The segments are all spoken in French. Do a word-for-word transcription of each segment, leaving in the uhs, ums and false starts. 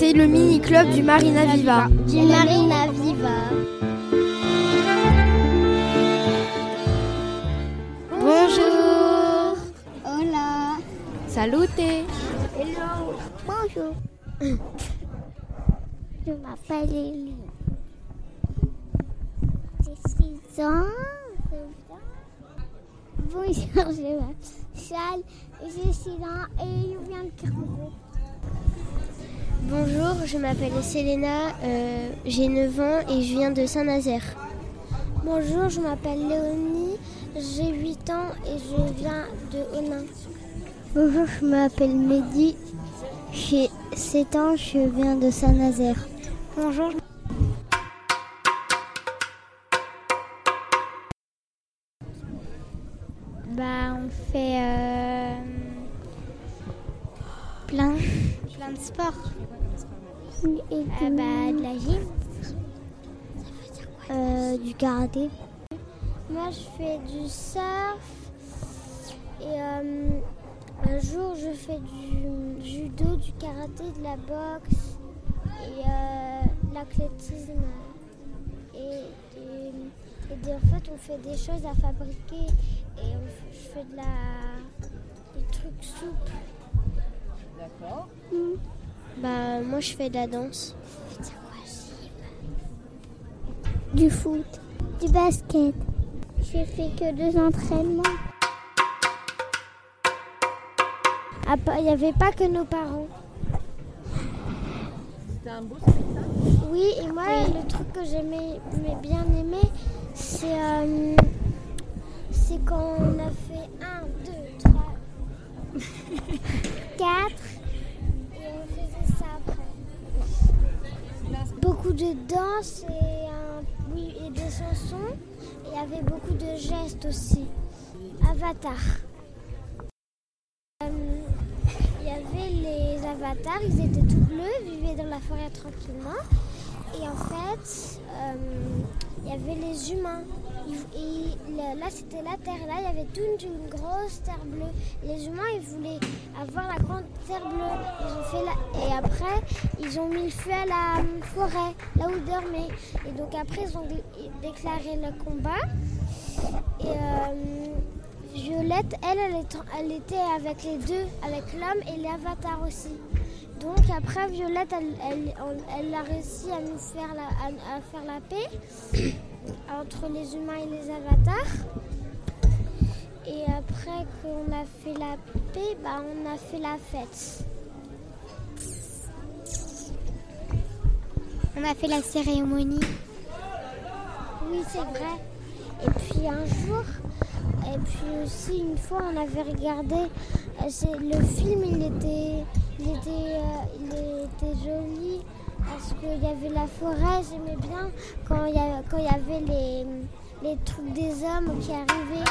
C'est le mini-club du Marina Viva. Du Marina Viva. Bonjour. Hola. Salute. Hello. Bonjour. Je m'appelle Elie. J'ai six ans. Bonjour, je m'appelle Charles. J'ai six ans et je viens de Carrefour. Bonjour, je m'appelle Selena, euh, j'ai neuf ans et je viens de Saint-Nazaire. Bonjour, je m'appelle Léonie, j'ai huit ans et je viens de Onin. Bonjour, je m'appelle Mehdi, j'ai sept ans, je viens de Saint-Nazaire. Bonjour. Bah, on fait euh, plein, plein de sports. Et euh, bah, de la gym, euh, du karaté. Moi, je fais du surf et euh, un jour, je fais du judo, du karaté, de la boxe et euh, de l'athlétisme. Et, et, et de, en fait, on fait des choses à fabriquer et on, je fais de la, des trucs souples. D'accord. Mmh. Bah, moi je fais de la danse. Du foot, du basket. J'ai fait que deux entraînements. Il n'y avait pas que nos parents. C'était un beau spectacle. Oui, et moi, oui. Le truc que j'aimais bien aimer, c'est euh, c'est quand on a fait un, deux, trois, quatre, et on faisait ça après. Beaucoup de danse et, un, oui, et des chansons, et il y avait beaucoup de gestes aussi. Avatar. Euh, il y avait les avatars, ils étaient tout bleus, ils vivaient dans la forêt tranquillement. Et en fait, euh, il y avait les humains. Et, et là, c'était la terre. Là, il y avait toute une, une grosse terre bleue. Les humains, ils voulaient avoir la grande terre bleue. Ils ont fait la... Et après, ils ont mis le feu à la forêt, là où ils dormaient. Et donc après, ils ont dé- déclaré le combat. Et euh, Violette, elle, elle, est, elle était avec les deux, avec l'homme et l'avatar aussi. Donc après, Violette, elle, elle, elle a réussi à nous faire la, à, à faire la paix entre les humains et les avatars. Et après qu'on a fait la paix, bah, on a fait la fête. On a fait la cérémonie. Oui, c'est vrai. Et puis un jour, et puis aussi une fois, on avait regardé, c'est, le film, il était... Il était, euh, il était joli parce qu'il y avait la forêt, j'aimais bien quand il y avait, quand il y avait les, les trucs des hommes qui arrivaient.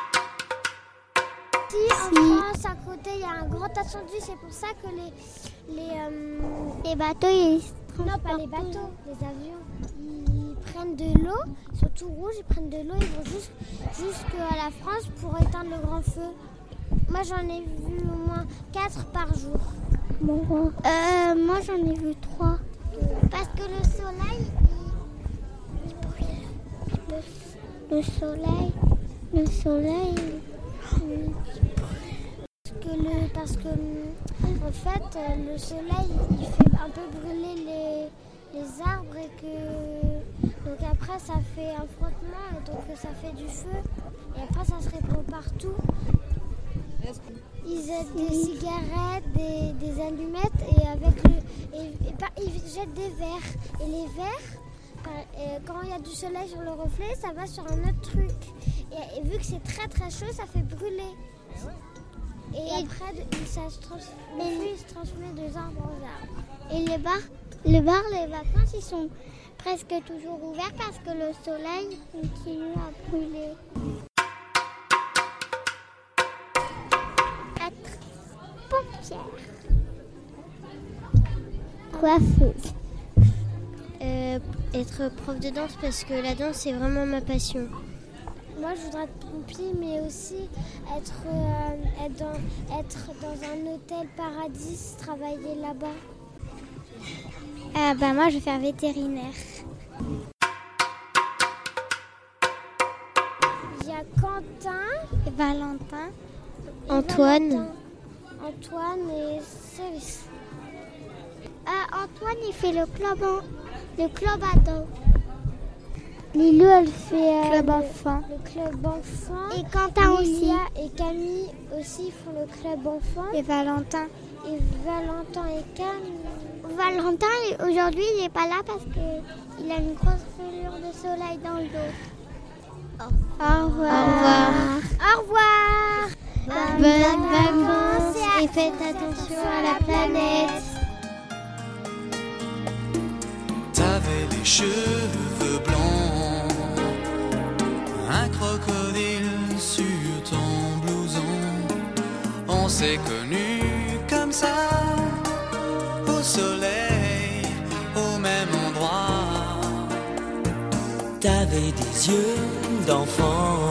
Si, en France, à côté, il y a un grand incendie, c'est pour ça que les, les, euh, les bateaux, ils non, pas les bateaux, les avions, ils prennent de l'eau, ils sont tout rouges, ils prennent de l'eau, ils vont juste, jusqu'à la France pour éteindre le grand feu. Moi, j'en ai vu au moins quatre par jour. Bon, euh, moi j'en ai vu trois. Parce que le soleil, il, il brûle. Le, le soleil, le soleil. Il, parce que le, parce que en fait, le soleil, il fait un peu brûler les, les arbres et que donc après ça fait un frottement et donc ça fait du feu et après ça se répand partout. Ils jettent des cigarettes, des, des allumettes et avec le et, et, et ils jettent des verres. Et les verres, et quand il y a du soleil sur le reflet, ça va sur un autre truc. Et, et vu que c'est très très chaud, ça fait brûler. Et, et après, ça se trans... le feu il se transmet de arbre en arbre. Et les bars, les bars, les vacances, ils sont presque toujours ouverts parce que le soleil continue à brûler. Pompière. Coiffeuse. Euh, être prof de danse parce que la danse c'est vraiment ma passion. Moi je voudrais être pompier mais aussi être, euh, être, dans, être dans un hôtel paradis, travailler là-bas. euh, bah, Moi, je vais faire vétérinaire. Il y a Quentin, Et Valentin. Antoine. Valentin, Antoine et Céris. Euh, Antoine, il fait le club, en... le club ado. Lilou, elle fait euh, Club le, enfant. le club enfant. Et Quentin aussi. Lilia et Camille aussi font le club enfant. Et Valentin. Et Valentin et Camille. Valentin, aujourd'hui, il n'est pas là parce qu'il a une grosse brûlure de soleil dans le dos. Au revoir. Au revoir. Au revoir. Bonnes vacances et faites attention à la planète. T'avais les cheveux blancs, un crocodile sur ton blouson. On s'est connus comme ça, au soleil, au même endroit. T'avais des yeux d'enfant,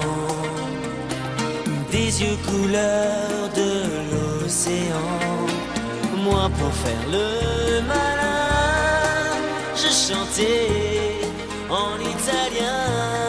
des yeux couleur de l'océan. Moi pour faire le malin, je chantais en italien.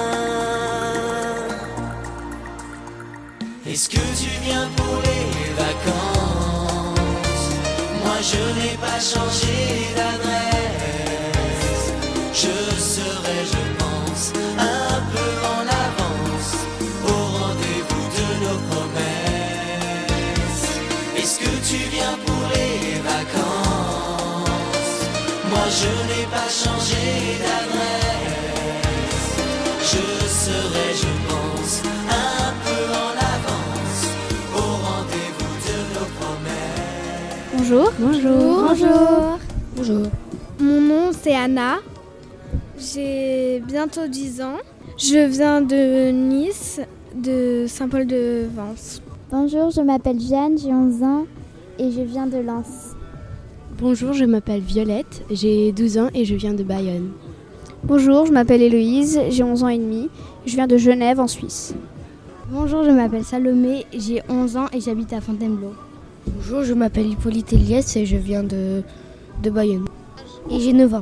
Est-ce que tu viens pour les vacances? Moi je n'ai pas changé d'adresse. Je serai, je pense, un peu en avance au rendez-vous de nos promesses. Est-ce que tu viens pour les vacances? Moi je n'ai pas changé d'adresse. Je serai, je pense, un peu en avance au rendez-vous de nos promesses. Bonjour. Bonjour. Bonjour. Bonjour. Mon nom c'est Anna. J'ai bientôt dix ans. Je viens de Nice, de Saint-Paul-de-Vence. Bonjour, je m'appelle Jeanne, j'ai onze ans et je viens de Lens. Bonjour, je m'appelle Violette, j'ai douze ans et je viens de Bayonne. Bonjour, je m'appelle Héloïse, j'ai onze ans et demi, je viens de Genève en Suisse. Bonjour, je m'appelle Salomé, j'ai onze ans et j'habite à Fontainebleau. Bonjour, je m'appelle Hippolyte Eliès et je viens de, de Bayonne. Et j'ai neuf ans.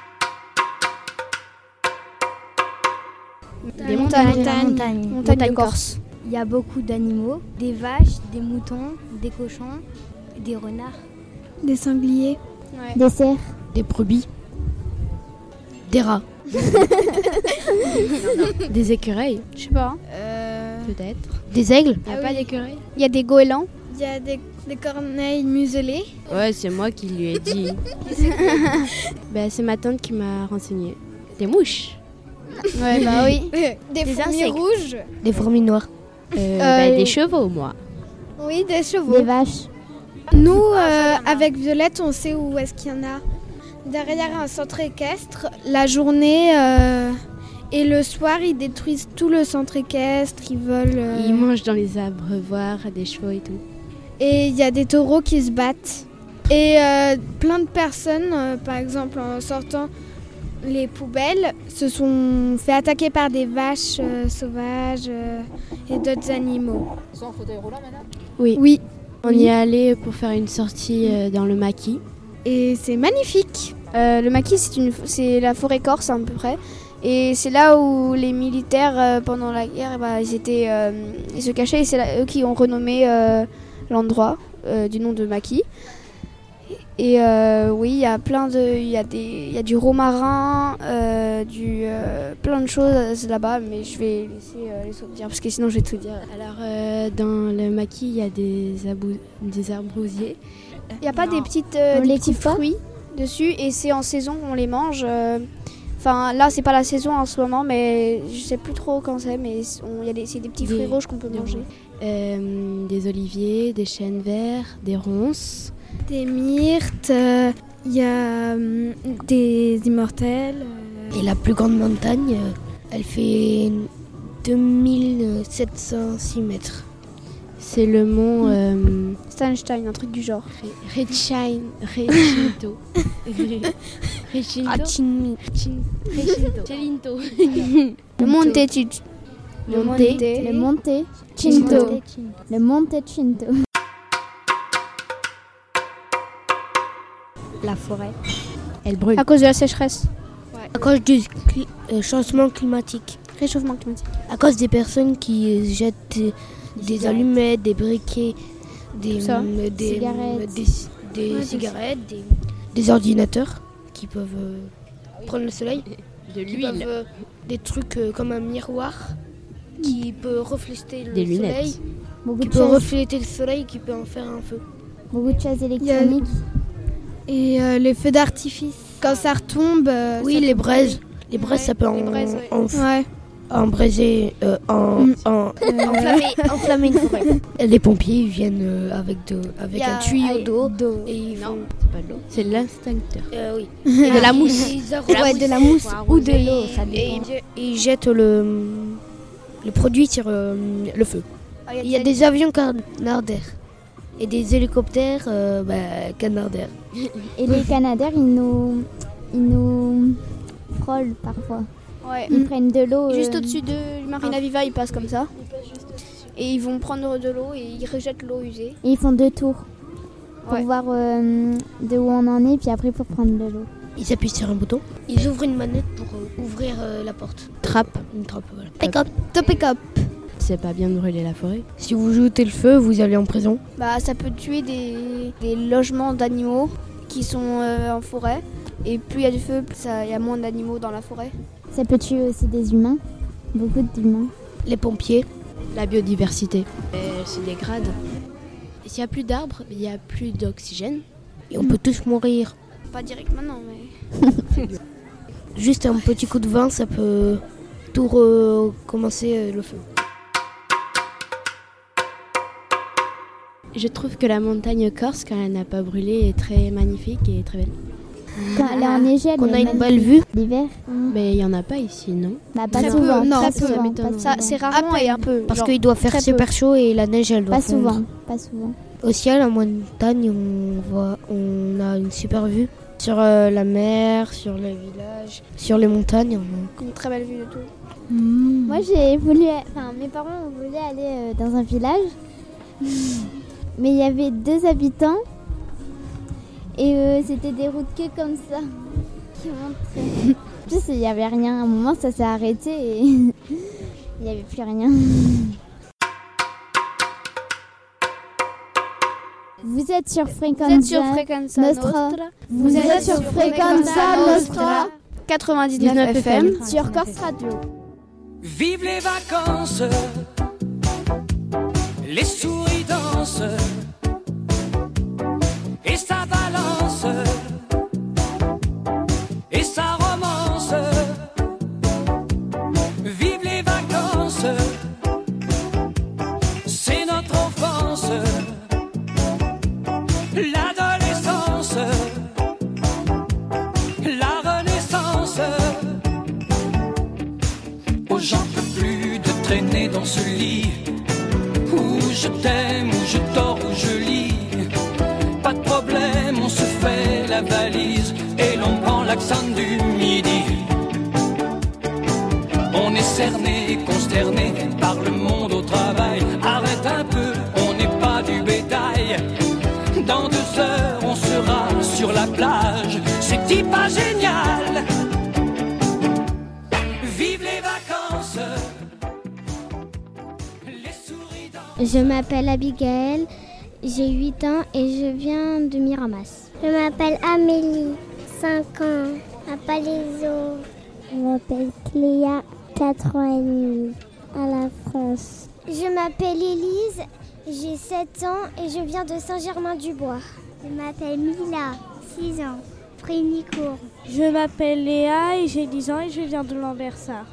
Des montagnes, montagnes, montagnes, montagnes, montagnes de Corse. Il y a beaucoup d'animaux, des vaches, des moutons, des cochons, des renards. Des sangliers. Ouais. Des cerfs. Des brebis. Des rats. Des écureuils, Je sais pas. Euh, peut-être. Des aigles. Il n'y a Ah pas oui. d'écureuils? Il y a des goélands. Il y a des, des corneilles muselées. Ouais, c'est moi qui lui ai dit. Ben, c'est ma tante qui m'a renseigné. Des mouches. Ouais, bah oui. Des, Des fourmis insectes. rouges. Des fourmis noires. Euh, Euh, ben, des chevaux, moi. Oui, des chevaux. Des vaches. Nous, euh, avec Violette, on sait où est-ce qu'il y en a. Derrière un centre équestre, la journée euh, et le soir, ils détruisent tout le centre équestre. Ils volent. euh, Ils mangent dans les abreuvoirs des chevaux et tout. Et il y a des taureaux qui se battent. Et euh, plein de personnes, euh, par exemple en sortant les poubelles, se sont fait attaquer par des vaches euh, sauvages euh, et d'autres animaux. Ils sont en fauteuil roulant maintenant? Oui. Oui. On y est allé pour faire une sortie euh, dans le maquis. Et c'est magnifique. Euh, le maquis, c'est, une, c'est la forêt corse à peu près. Et c'est là où les militaires, euh, pendant la guerre, bah, ils, étaient, euh, ils se cachaient. Et c'est là, eux qui ont renommé euh, l'endroit euh, du nom de maquis. Et euh, oui, il y a plein de, il y a des, il y a du romarin, euh, du, euh, plein de choses là-bas, mais je vais laisser euh, les autres dire parce que sinon je vais tout dire. Alors, euh, dans le maquis, il y a des, abou- des arbousiers. Il n'y a pas des petites, euh, On des les petits coupe pas fruits dessus et c'est en saison qu'on les mange. euh, Enfin, là, c'est pas la saison en ce moment, mais je sais plus trop quand c'est, mais on- il y a des, c'est des petits Des- fruits rouges qu'on peut des manger. Euh, des oliviers, des chênes verts, des ronces. Des myrtes, il euh, y a hum, des immortels. euh, Et la plus grande montagne, euh, elle fait deux mille sept cent six mètres. C'est le mont euh, Steinstein, un truc du genre. Re- Rechin- Recinto. Recinto. Racini. Chin- Recinto. Celinto. Le Monte Tic- Le Monte. Le Monte Cinto. Le Monte Cinto. la forêt. Elle brûle. À cause de la sécheresse. Ouais. À cause du cli- euh, changement climatique. Réchauffement climatique. À cause des personnes qui euh, jettent des, des cigarettes. allumettes, des briquets, des, ça. euh, des Cigarettes. des, des Ouais, des- cigarettes, des, des ordinateurs qui peuvent euh, prendre le soleil. De Qui peuvent, euh, des trucs euh, comme un miroir qui peut refléter le Des lunettes. soleil. Beaucoup Qui de peut chaises, refléter le soleil, qui peut en faire un feu. beaucoup de chaises électroniques. Et euh, les feux d'artifice. Quand ça retombe. euh, Oui, ça les peut braises. Les braises, Ouais, ça peut les en, braises, ouais. en, brûler. Ouais. embraiser, euh, en, Mm. en- Enflammer, enflammer une forêt. Les pompiers ils viennent euh, avec, de, avec Y a- un tuyau ah, d'eau. d'eau. Et ils Non, font... c'est pas de l'eau. C'est de l'extincteur. Euh, oui. Et de la mousse. Ils arrosent. Ouais, de la mousse ou de l'eau, ça Et dépend. ils, ils jettent le, le produit sur euh, le feu. Ah, Il y a des avions Canadair et des hélicoptères euh, bah, Canadair. Et les Canadaires, ils nous, ils nous frôlent parfois. Ouais. Ils prennent de l'eau. Juste euh, au-dessus de Marina Viva, ils passent comme ça. Et ils vont prendre de l'eau et ils rejettent l'eau usée. Et ils font deux tours pour Ouais. voir euh, de où on en est, puis après pour prendre de l'eau. Ils appuient sur un bouton. Ils ouvrent une manette pour euh, ouvrir euh, la porte. Trappe. Une trappe, voilà. Top et cop. C'est pas bien de brûler la forêt. Si vous jetez le feu, vous allez en prison. Bah, ça peut tuer des, des logements d'animaux qui sont euh, en forêt. Et plus il y a du feu, plus ça- il y a moins d'animaux dans la forêt. Ça peut tuer aussi des humains, beaucoup d'humains. Les pompiers. La biodiversité. Elle se dégrade. Et s'il n'y a plus d'arbres, il n'y a plus d'oxygène. Et on peut tous mourir. Pas direct maintenant, mais. Juste un petit coup de vent, ça peut tout recommencer euh, le feu. Je trouve que la montagne corse, quand elle n'a pas brûlé, est très magnifique et très belle. Quand elle est enneigée, elle Qu'on est a une magnifique. belle vue. L'hiver, Mais il n'y en a pas ici, non? bah, pas Très souvent. peu, non, pas très peu, souvent, ça m'étonne. pas Ça, souvent. c'est rarement et un peu. Parce genre, qu'il doit faire très super chaud et la neige, elle doit Pas fondre. souvent, pas souvent. Au ciel, en montagne, on, voit, on a une super vue. Sur euh, la mer, sur les villages, sur les montagnes. on- une très belle vue de tout. Moi, j'ai voulu, enfin, mes parents ont voulu aller euh, dans un village, mais il y avait deux habitants et euh, c'était des routes que comme ça qui montraient. En plus, il n'y avait rien. À un moment, ça s'est arrêté et il n'y avait plus rien. Vous êtes sur Fréquenza. Vous êtes sur Frequenza Nostra. Nostra. Vous êtes sur Fréquenza Nostra quatre-vingt-dix-neuf F M. sur Corse Radio. Vive les vacances, les souris dansent, et ça balance, et ça romance. Vive les vacances, c'est notre enfance, l'adolescence, la renaissance. Oh, j'en peux plus de traîner dans ce lit où je t'aime, où je dors, où je lis. Pas de problème, on se fait la valise et l'on prend l'accent du midi. On est cerné, consterné par le monde au travail. Arrête un peu, on n'est pas du bétail. Dans deux heures, on sera sur la plage. C'est-il pas génial? Vive les vacances. Les souris dansent. Je m'appelle Abigail, j'ai huit ans et je viens de Miramas. Je m'appelle Amélie, cinq ans, à Palaiseau. Je m'appelle Cléa, quatre ans et demi, à la France. Je m'appelle Élise, j'ai sept ans et je viens de Saint-Germain-du-Bois. Je m'appelle Mila, six ans, Frénicourt. Je m'appelle Léa et j'ai dix ans et je viens de Lambersart.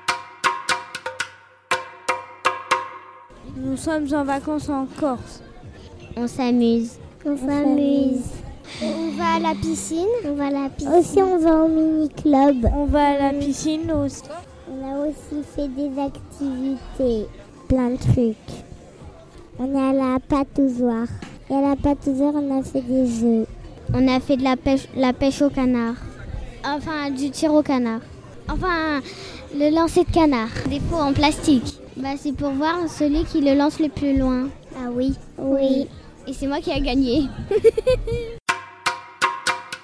Nous sommes en vacances en Corse. On s'amuse. On s'amuse. On va à la piscine. On va à la piscine. Aussi, on va au mini-club. On va à la piscine aussi. On a aussi fait des activités, plein de trucs. On est à la patouzoire. Et à la patouzoire, on a fait des jeux. On a fait de la pêche, la pêche au canard. Enfin, du tir au canard. Enfin, le lancer de canard. Des pots en plastique. Bah, c'est pour voir celui qui le lance le plus loin. Ah oui, oui. Et c'est moi qui ai gagné.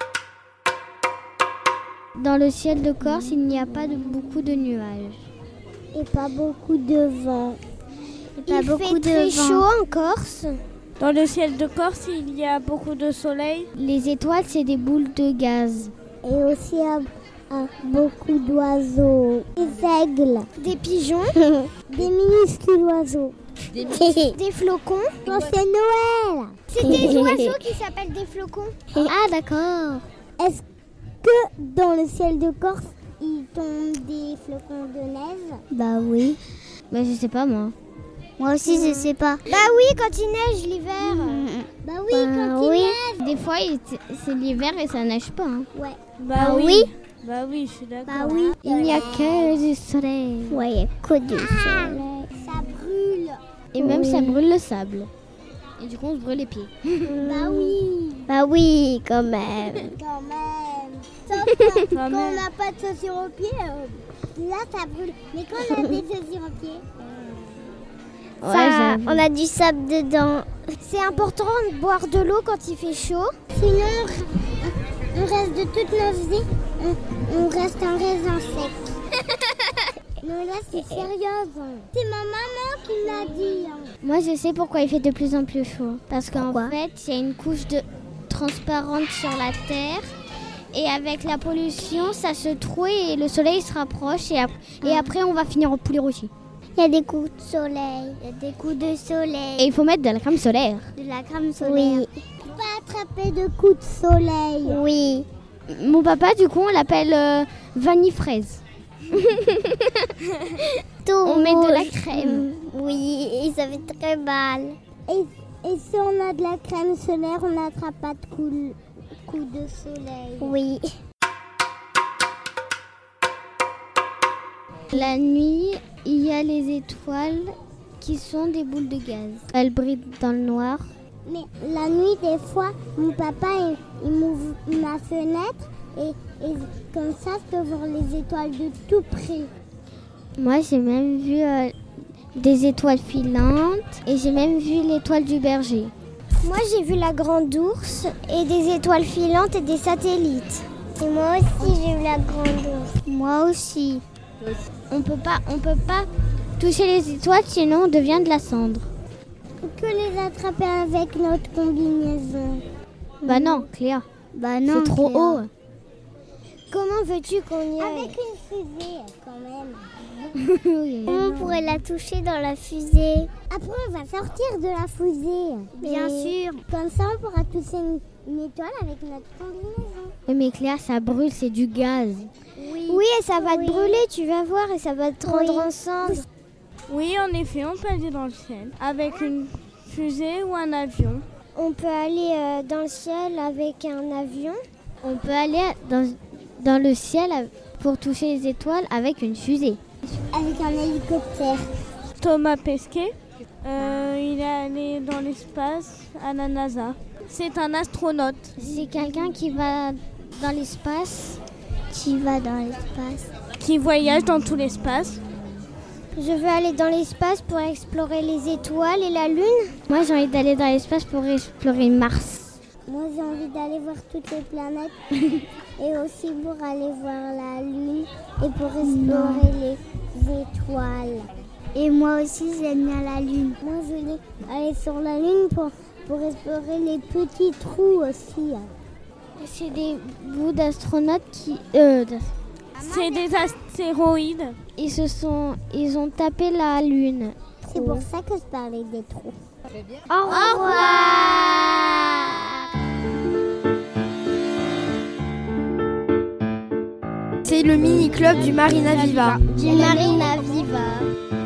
dans le ciel de Corse, il n'y a pas de, beaucoup de nuages. Et pas beaucoup de vent. Et pas Il beaucoup fait de très vent. chaud en Corse. Dans le ciel de Corse, il y a beaucoup de soleil. Les étoiles, c'est des boules de gaz. Et aussi euh, euh, beaucoup d'oiseaux. Des aigles. Des pigeons. Des minuscules oiseaux. Des, des flocons. Quand c'est Noël. C'est des oiseaux qui s'appellent des flocons. Ah, d'accord. Est-ce que dans le ciel de Corse, il tombe des flocons de neige? Bah oui. Bah je sais pas moi. Moi aussi, je sais pas. Bah oui, quand il neige l'hiver. Bah oui, Bah quand oui. il neige. Des fois, il- c'est l'hiver et ça neige pas. Hein. Ouais. Bah oui. oui. Bah oui, je suis d'accord. Bah oui. Il n'y a que du soleil. Ouais, il n'y a que du soleil. Ça brûle. Et même Oui. ça brûle le sable. Et du coup, on se brûle les pieds. Bah oui. Bah oui, quand même. Quand même. Sauf que Quand quand même. on n'a pas de chaussures aux pieds, euh, là ça brûle. Mais quand on a des chaussures aux pieds, Ouais, ça, j'avoue. on a du sable dedans. C'est important de boire de l'eau quand il fait chaud. Sinon, on reste de toute notre vie, on, on reste un raisin sec. Non, là c'est sérieux. C'est ma maman qui l'a dit. hein. Moi, je sais pourquoi il fait de plus en plus chaud. Parce qu'en Pourquoi fait, il y a une couche de transparente sur la Terre. Et avec la pollution, ça se trouve et le soleil se rapproche. Et, ap- et après, on va finir en poulet rôti. Il y a des coups de soleil, il y a des coups de soleil. Et il faut mettre de la crème solaire. De la crème solaire. Oui. On va attraper de coups de soleil. Oui. Mon papa, du coup, on l'appelle euh, vanille fraise. Tout On met de la rouge. crème. Mm, Oui, et ça fait très mal. Et, et si on a de la crème solaire, on n'attrape pas de coups coup de soleil. Oui. La nuit, il y a les étoiles qui sont des boules de gaz. Elles brillent dans le noir. Mais la nuit, des fois, mon papa, il, il m'ouvre ma fenêtre et, et comme ça, je peux voir les étoiles de tout près. Moi, j'ai même vu euh, des étoiles filantes et j'ai même vu l'étoile du berger. Moi, j'ai vu la grande ours et des étoiles filantes et des satellites. Et moi aussi, j'ai vu la grande ours. Moi aussi. On peut pas, on peut pas toucher les étoiles, sinon on devient de la cendre. On peut les attraper avec notre combinaison. Bah non, Cléa. Bah c'est trop Cléa. haut. Comment veux-tu qu'on y aille? Avec une fusée, quand même. On pourrait la toucher dans la fusée. Après, on va sortir de la fusée. Bien sûr. Comme ça, on pourra toucher une, une étoile avec notre combinaison. Oui, mais Cléa, ça brûle, c'est du gaz. Oui, Oui, et ça va Oui. te brûler, tu vas voir, et ça va te rendre Oui. ensemble. Oui, en effet, on peut aller dans le ciel avec une fusée ou un avion. On peut aller euh, dans le ciel avec un avion. On peut aller dans, dans le ciel pour toucher les étoiles avec une fusée. Avec un hélicoptère. Thomas Pesquet, euh, il est allé dans l'espace à la NASA. C'est un astronaute. C'est quelqu'un qui va dans l'espace. Qui va dans l'espace. Qui voyage dans tout l'espace. Je veux aller dans l'espace pour explorer les étoiles et la lune. Moi, j'ai envie d'aller dans l'espace pour explorer Mars. Moi, j'ai envie d'aller voir toutes les planètes. Et aussi pour aller voir la lune et pour explorer les étoiles. Et moi aussi, j'aime bien la lune. Moi, je voulais aller sur la lune pour, pour explorer les petits trous aussi. C'est des bouts d'astronautes qui... Euh, d'ast- C'est des astéroïdes. ils se sont... Ils ont tapé la lune. C'est pour ça que je parlais des trous. Au revoir. C'est le mini-club du Marina Viva. Du Marina Viva.